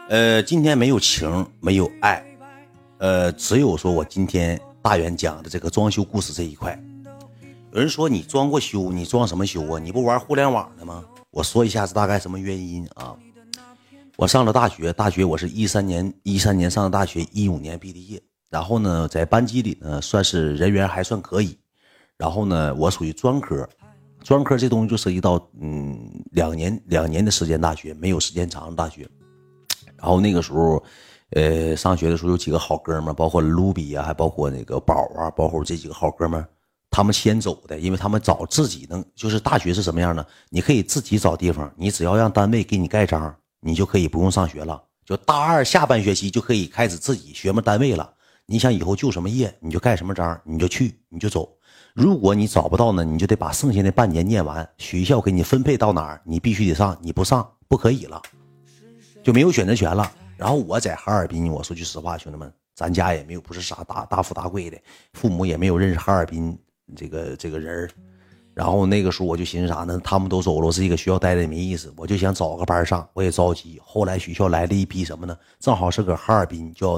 今天没有情，没有爱，只有说我今天大元讲的这个装修故事这一块。有人说你装过修，你装什么修啊？你不玩互联网的吗？我说一下是大概什么原因啊？我上了大学，我是13年上的大学，15年毕的业。然后呢，在班级里呢，算是人缘还算可以。然后呢，我属于专科，专科这东西就涉及到两年的时间大学，没有时间长的大学。然后那个时候，上学的时候有几个好哥们儿，包括卢比啊，还包括那个宝啊，包括这几个好哥们儿，他们先走的，因为他们找自己能，就是大学是什么样呢？你可以自己找地方，你只要让单位给你盖章，你就可以不用上学了，就大二下半学期就可以开始自己学么单位了。你想以后就什么业，你就盖什么章，你就去，你就走。如果你找不到呢，你就得把剩下的半年念完，学校给你分配到哪儿，你必须得上，你不上不可以了。就没有选择权了。然后我在哈尔滨，我说句实话，兄弟们，咱家也没有不是啥大富大贵的，父母也没有认识哈尔滨这个人。然后那个时候我就寻思啥呢？他们都走了，我自己搁学校待着也没意思，我就想找个班上，我也着急。后来学校来了一批什么呢？正好是搁哈尔滨，叫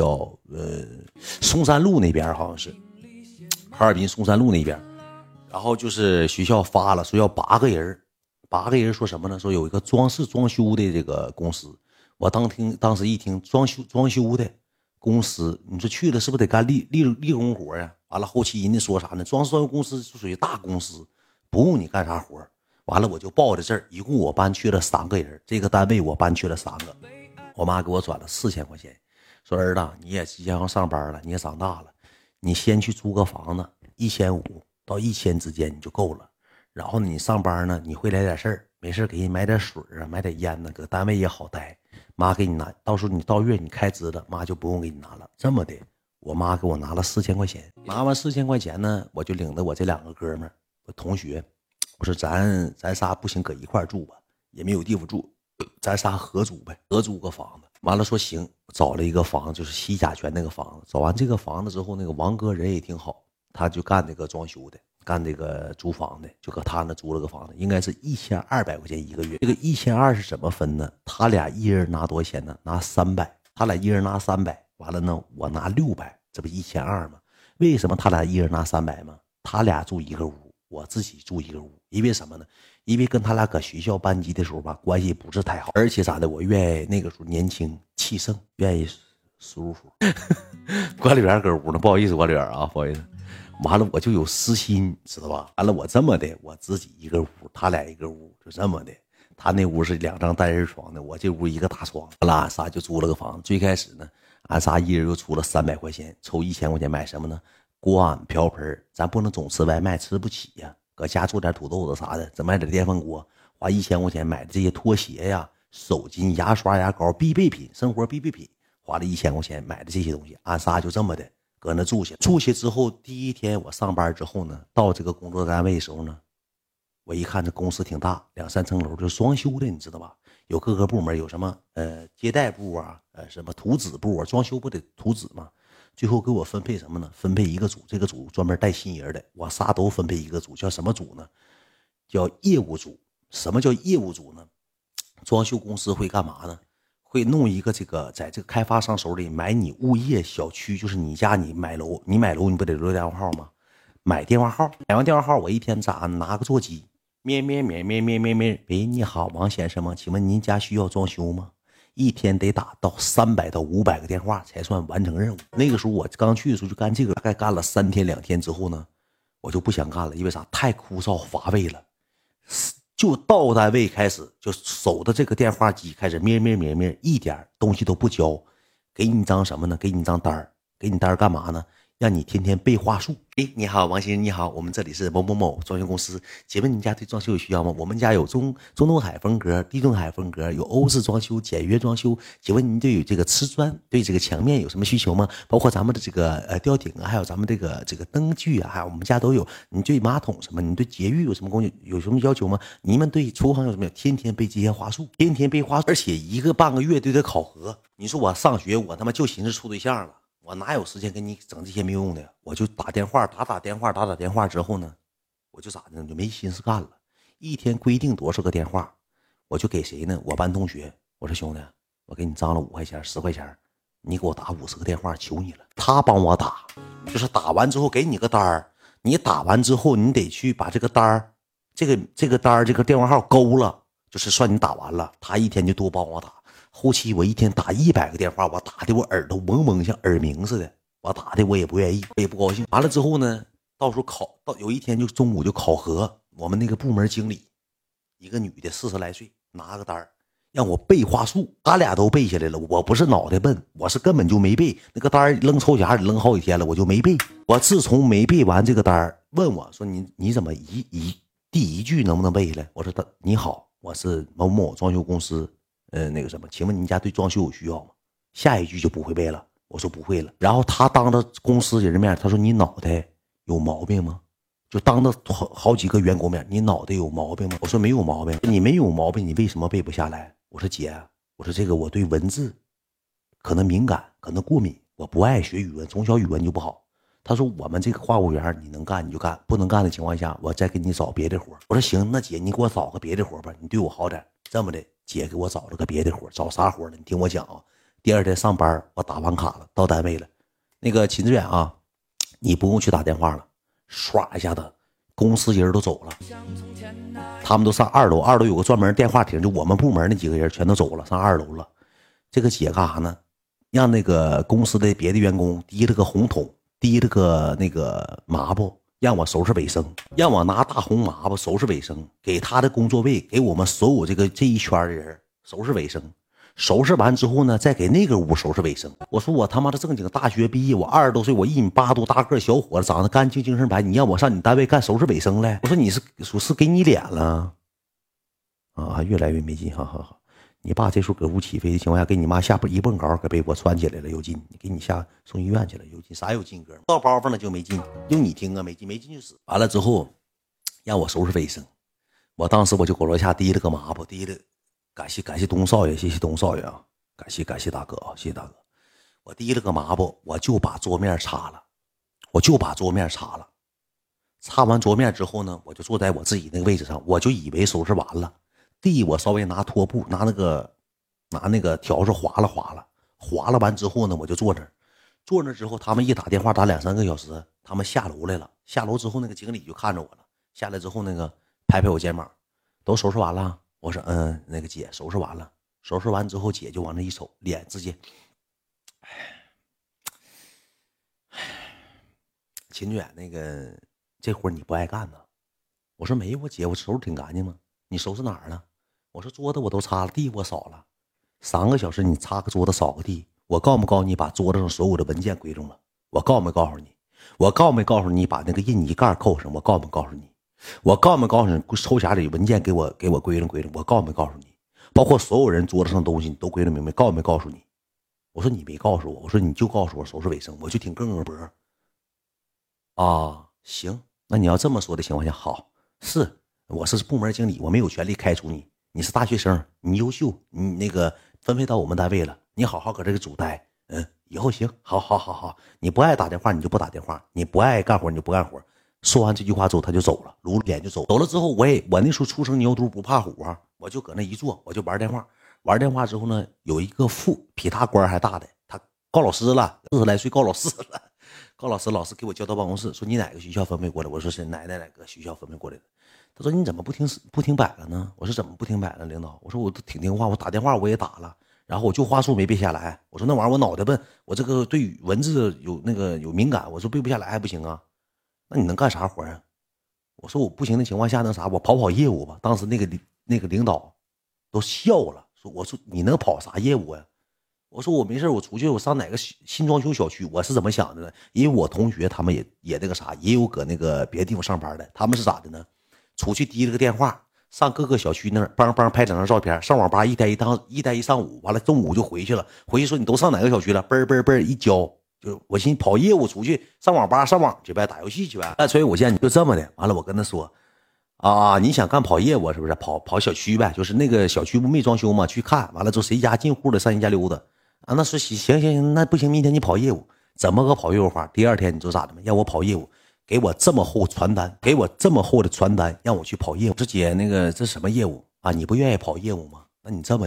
松山路那边，好像是哈尔滨松山路那边。然后就是学校发了说要8个人，8个人说什么呢？说有一个装修的这个公司。我当时一听装修的公司，你说去了是不是得干立功活呀？完了后期人家说啥呢？装修公司就属于大公司，不用你干啥活。完了我就报的这儿，一共我班去了3个人，这个单位我班去了3个。我妈给我转了4000块钱，说儿子你也即将要上班了，你也长大了，你先去租个房子，1500到1000之间你就够了。然后呢，你上班呢，你会来点事儿，没事给你买点水啊，买点烟呢，搁单位也好待。妈给你拿，到时候你到月你开支了，妈就不用给你拿了。这么的，我妈给我拿了4000块钱。拿完4000块钱呢，我就领着我这2个哥们儿，我同学，我说咱仨不行，搁一块住吧，也没有地方住，咱仨合租呗，合租个房子。完了说行，找了一个房子，就是西甲泉那个房子。找完这个房子之后，那个王哥人也挺好，他就干这个装修的。干这个租房的，就搁他那租了个房子，应该是1200块钱一个月。这个1200是怎么分呢？他俩一人拿多少钱呢？拿300，他俩一人拿300，完了呢，我拿600，这不1200吗？为什么他俩一人拿300吗？他俩住一个屋，我自己住一个屋，因为什么呢？因为跟他俩搁学校班级的时候吧，关系不是太好，而且咋的，我愿意那个时候年轻气盛，愿意舒服。管理员搁屋呢，不好意思，管理员啊，不好意思。完了我就有私心，知道吧？完了我这么的，我自己一个屋，他俩一个屋，就这么的。他那屋是2张单人床的，我这屋一个大床。完了俺仨就租了个房。最开始呢，俺仨一人又出了300块钱，抽1000块钱买什么呢？锅碗瓢盆，咱不能总吃外卖，吃不起呀。搁家做点土豆子啥的，再买点电饭锅，花1000块钱买的这些拖鞋呀、手巾、牙刷、牙膏，必备品，生活必备品，花了1000块钱买的这些东西。俺仨就这么的。搁那住下之后，第一天我上班之后呢，到这个工作单位的时候呢，我一看这公司挺大，2、3层楼，就是装修的，你知道吧？有各个部门，有什么接待部啊，什么图纸部啊，装修不得图纸吗？最后给我分配什么呢？分配一个组，这个组专门带新人的，我仨都分配一个组，叫什么组呢？叫业务组。什么叫业务组呢？装修公司会干嘛呢？会弄一个这个，在这个开发商手里买你物业小区，就是你家你买楼你不得留电话号吗？买电话号，买完电话号，我一天咋拿个座机，咩，喂，你好，王先生吗？请问您家需要装修吗？一天得打到300到500个电话才算完成任务。那个时候我刚去的时候就干这个，大概干了3天2天之后呢，我就不想干了，因为啥？太枯燥乏味了。就到单位开始就守着这个电话机开始咩，一点东西都不交，给你一张什么呢？给你一张单，给你单干嘛呢？让你天天背话术。你好，王先生，你好，我们这里是某某某装修公司，请问您家对装修有需要吗？我们家有中东海风格、地中海风格，有欧式装修、简约装修。请问您对这个瓷砖、对这个墙面有什么需求吗？包括咱们的这个吊顶啊，还有咱们这个灯具啊，还有我们家都有。你对马桶什么？你对节育有什么工具？有什么要求吗？你们对厨房有什么？天天背这些话术，天天背话术，而且1个半个月都得考核。你说我上学，我他妈就寻思处对象了。我哪有时间跟你整这些没有用的？我就打电话，打电话之后呢，我就咋的呢？就没心思干了。一天规定多少个电话，我就给谁呢？我班同学，我说兄弟， 我给你涨了5块钱10块钱，你给我打50个电话，求你了。他帮我打，就是打完之后给你个单儿，你打完之后你得去把这个单儿，这个单儿这个电话号勾了，就是算你打完了。他一天就多帮我打，后期我一天打100个电话，我打的我耳朵嗡嗡像耳鸣似的，我打的我也不愿意，我也不高兴。完了之后呢，到时候有一天就中午就考核，我们那个部门经理，一个女的40来岁，拿个单儿让我背话术，他俩都背下来了。我不是脑袋笨，我是根本就没背那个单儿，扔抽匣里扔好几天了，我就没背。我自从没背完这个单儿，问我说你怎么第一句能不能背下来？我说你好，我是某某装修公司，那个什么，请问您家对装修有需要吗？下一句就不会背了。我说不会了。然后他当着公司人面，他说你脑袋有毛病吗？就当着好几个员工面，你脑袋有毛病吗？我说没有毛病。你没有毛病，你为什么背不下来？我说姐，我说这个我对文字可能敏感，可能过敏，我不爱学语文，从小语文就不好。他说我们这个话务员你能干你就干，不能干的情况下我再给你找别的活。我说行，那姐你给我找个别的活吧，你对我好点。这么的，姐给我找了个别的活，找啥活了？你听我讲啊。第二天上班，我打完卡了，到单位了，那个秦志远啊，你不用去打电话了，唰一下子公司人都走了，他们都上2楼，2楼有个专门电话亭，就我们部门那几个人全都走了，上2楼了。这个姐干啥呢？让那个公司的别的员工提了个红桶，提了个那个抹布，让我收拾卫生，让我拿大红抹布收拾卫生，给他的工作位，给我们所有这一圈的人收拾卫生。收拾完之后呢，再给那个屋收拾卫生。我说我他妈的正经大学毕业，我20多岁，我1米8多大个小伙子，长得干净精神白，你让我上你单位干收拾卫生来？我说你是给你脸了啊？越来越没劲，好好好。你爸这时候搁屋起飞的情况下，给你妈下一蹦高，搁被窝穿起来了，有劲。你给你下送医院去了，有劲啥有劲？哥到包袱了就没劲，用你听啊，没劲没劲就死。完了之后让我收拾卫生，我当时我就搁楼下提了个抹布，提了。感谢东少爷，谢谢东少爷啊！感谢大哥啊，谢谢大哥。我提了个抹布，我就把桌面擦了，擦完桌面之后呢，我就坐在我自己那个位置上，我就以为收拾完了。我稍微拿拖布，拿那个笤帚划了完之后呢，我就坐那之后，他们一打电话打2、3个小时，他们下楼来了。下楼之后，那个经理就看着我了，下来之后那个拍我肩膀，都收拾完了。我说那个姐收拾完了，收拾完之后姐就往那一瞅，脸直接，秦远那个这活你不爱干呢？我说没有，我姐我收拾挺干净吗？你收拾哪儿了？我说桌子我都擦了，地我扫了，3个小时你擦个桌子扫个地，我告没告诉你把桌子上所有的文件归拢了？我告没告诉你？我告没告诉你把那个印泥盖扣上？我告没告诉你？我告没告诉你抽匣里文件给我归拢？我告没告诉你？包括所有人桌子上东西你都归拢明白？告没告诉你？我说你没告诉我，我说你就告诉我收拾卫生，我就挺更波啊。行，那你要这么说的情况下，好，我是部门经理，我没有权利开除你，你是大学生，你优秀，你那个分配到我们单位了，你好好搁这个组待，以后行，好，你不爱打电话你就不打电话，你不爱干活你就不干活。说完这句话之后他就走了，撸脸就走了之后，我那时候初生牛犊不怕虎啊，我就搁那一坐，我就玩电话之后呢，有一个比他官还大的，他告老师了，40来岁告老师了，老师给我叫到办公室说你哪个学校分配过来？我说是哪个学校分配过来的。他说你怎么不听摆了呢？我说怎么不听摆了，领导？我说我都挺听话，我打电话我也打了，然后我就话术没背下来。我说那玩意儿我脑袋笨，我这个对文字有敏感，我说背不下来还不行啊。那你能干啥活啊？我说我不行的情况下，那啥，我跑业务吧。当时那个领导都笑了，我说你能跑啥业务呀？我说我没事，我出去，我上哪个新装修小区？我是怎么想的呢？因为我同学他们也那个啥，也有搁那个别的地方上班的，他们是咋的呢？出去提了个电话，上各个小区那儿帮拍2张照片，上网吧一待一上午，完了中午就回去了。回去说你都上哪个小区了？嘣一交。就我寻思跑业务出去上网吧上网去呗，打游戏去呗。那所以我现在就这么的，完了我跟他说啊，你想干跑业务是不是？跑小区呗，就是那个小区不没装修嘛，去看完了之后谁家进户的上人家溜达啊。那说行，那不行，明天你跑业务，怎么个跑业务法？第2天你知道咋的吗？让我跑业务，给我这么厚传单，让我去跑业务。我说姐，那个这什么业务啊？你不愿意跑业务吗？那你这么的吧，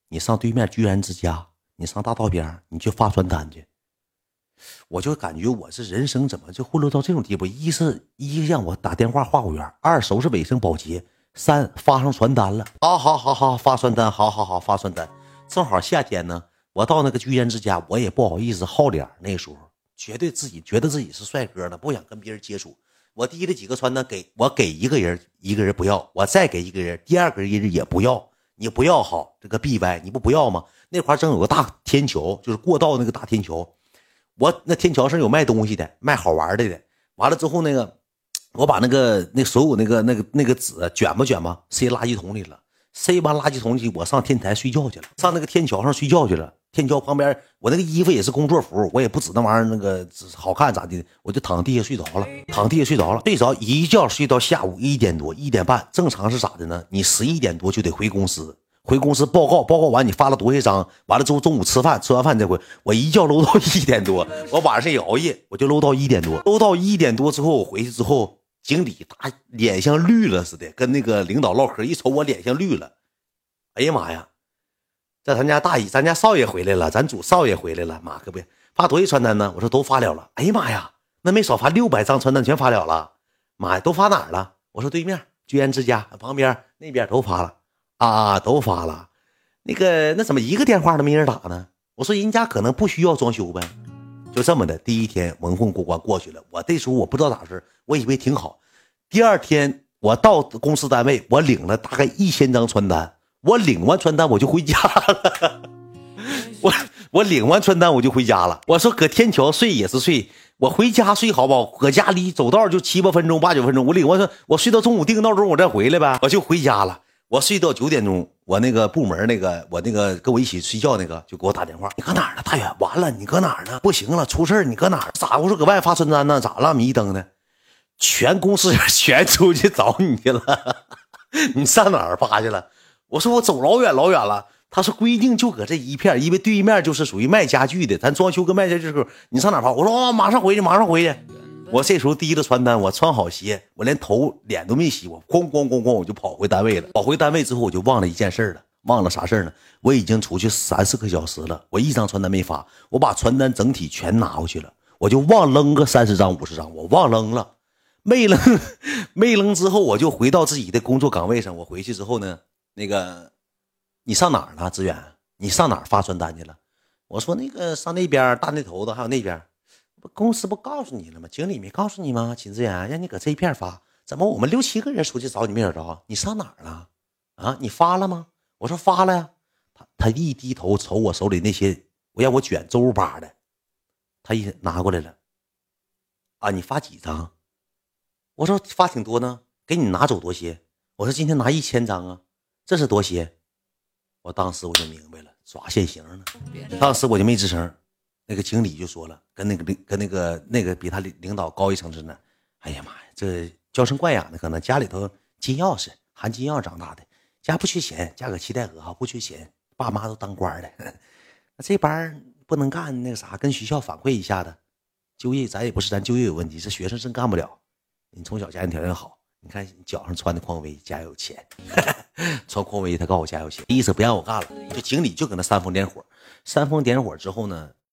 你上对面居然之家，你上大道边你去发传单去。我就感觉我这人生怎么就混乱到这种地步？一让我打电话话务员，二收拾卫生保洁，三发上传单了。好，发传单，好发传单。正好夏天呢，我到那个居然之家，我也不好意思好脸，那个时候绝对自己觉得自己是帅哥呢，不想跟别人接触。我递了几个传单给一个人，一个人不要，我再给一个人，第二个人也不要。你不要好，这个 BY 你不要吗？那块正有个大天桥，就是过道那个大天桥。我那天桥上有卖东西的，卖好玩的。完了之后，我把所有那个纸卷吧，塞垃圾桶里了。塞完垃圾桶里，我上天台睡觉去了，上那个天桥上睡觉去了。天桥旁边，我那个衣服也是工作服，我也不指那玩意儿那个好看咋的，我就躺地下睡着了，睡着一觉睡到下午1点多1点半。正常是咋的呢？你11点多就得回公司。报告完，你发了多少张？完了之后中午吃完饭再回。我一觉搂到1点多，我晚上也熬夜，我就搂到1点多。搂到1点多之后，我回去之后，经理他脸像绿了似的，跟那个领导唠嗑，一瞅我脸像绿了。哎呀妈呀！这咱家少爷回来了，咱主少爷回来了，妈可不发多少传单呢？我说都发了了。哎呀妈呀，那没少发600张传单全发了了。妈呀，都发哪儿了？我说对面居然之家旁边那边都发了。都发了。那怎么一个电话都没人打呢？我说人家可能不需要装修呗。就这么的，第一天文混过关过去了。我那时候我不知道咋事，我以为挺好。第二天我到公司单位，我领了大概1000张传单。我领完传单我就回家了。我领完传单我就回家了。我说搁天桥睡也是睡，我回家睡好不好？搁家离走道就7、8分钟、8、9分钟。我领完我睡到中午定个闹钟，我再回来呗。我就回家了。我睡到9点钟，我那个部门我跟我一起睡觉就给我打电话，你搁哪儿呢？大远，完了，你搁哪儿呢？不行了，出事你搁哪儿？咋？我说搁外发传单呢，咋了？迷瞪的，全公司全出去找你去了。你上哪儿发去了？我说我走老远了。他说规定就搁这一片，因为对面就是属于卖家具的，咱装修跟卖家具时候，你上哪儿发？我说马上回去。我这时候提着传单，我穿好鞋，我连头脸都没洗，我咣我就跑回单位了。跑回单位之后，我就忘了一件事了。忘了啥事呢？我已经出去3、4个小时了，我1张传单没发，我把传单整体全拿回去了，我就忘扔个30张50张，我忘扔了，没扔之后，我就回到自己的工作岗位上。我回去之后呢，你上哪儿了？志远，你上哪儿发传单去了？我说上那边大那头子，还有那边。公司不告诉你了吗？经理没告诉你吗？秦志远让你搁这一片发，怎么我们6、7个人出去找你没找着？你上哪儿了？啊，你发了吗？我说发了呀。他一低头瞅我手里那些，我让我卷周巴的，他一拿过来了。啊，你发几张？我说发挺多呢，给你拿走多些。我说今天拿1000张啊，这是多些。我当时我就明白了，耍现行呢。当时我就没吱声。那个经理就说了，跟那个比他领导高一层次呢。哎呀妈呀，这娇生惯养的，可能家里头金钥匙含金钥长大的，家不缺钱，家搁七代河不缺钱，爸妈都当官的。那这班不能干，跟学校反馈一下的，就业咱也不是咱就业有问题，是学生真干不了。你从小家庭条件好，你看你脚上穿的匡威，家有钱。穿匡威他告诉我家有钱，意思不让我干了。就经理就搁那煽风点火之后呢。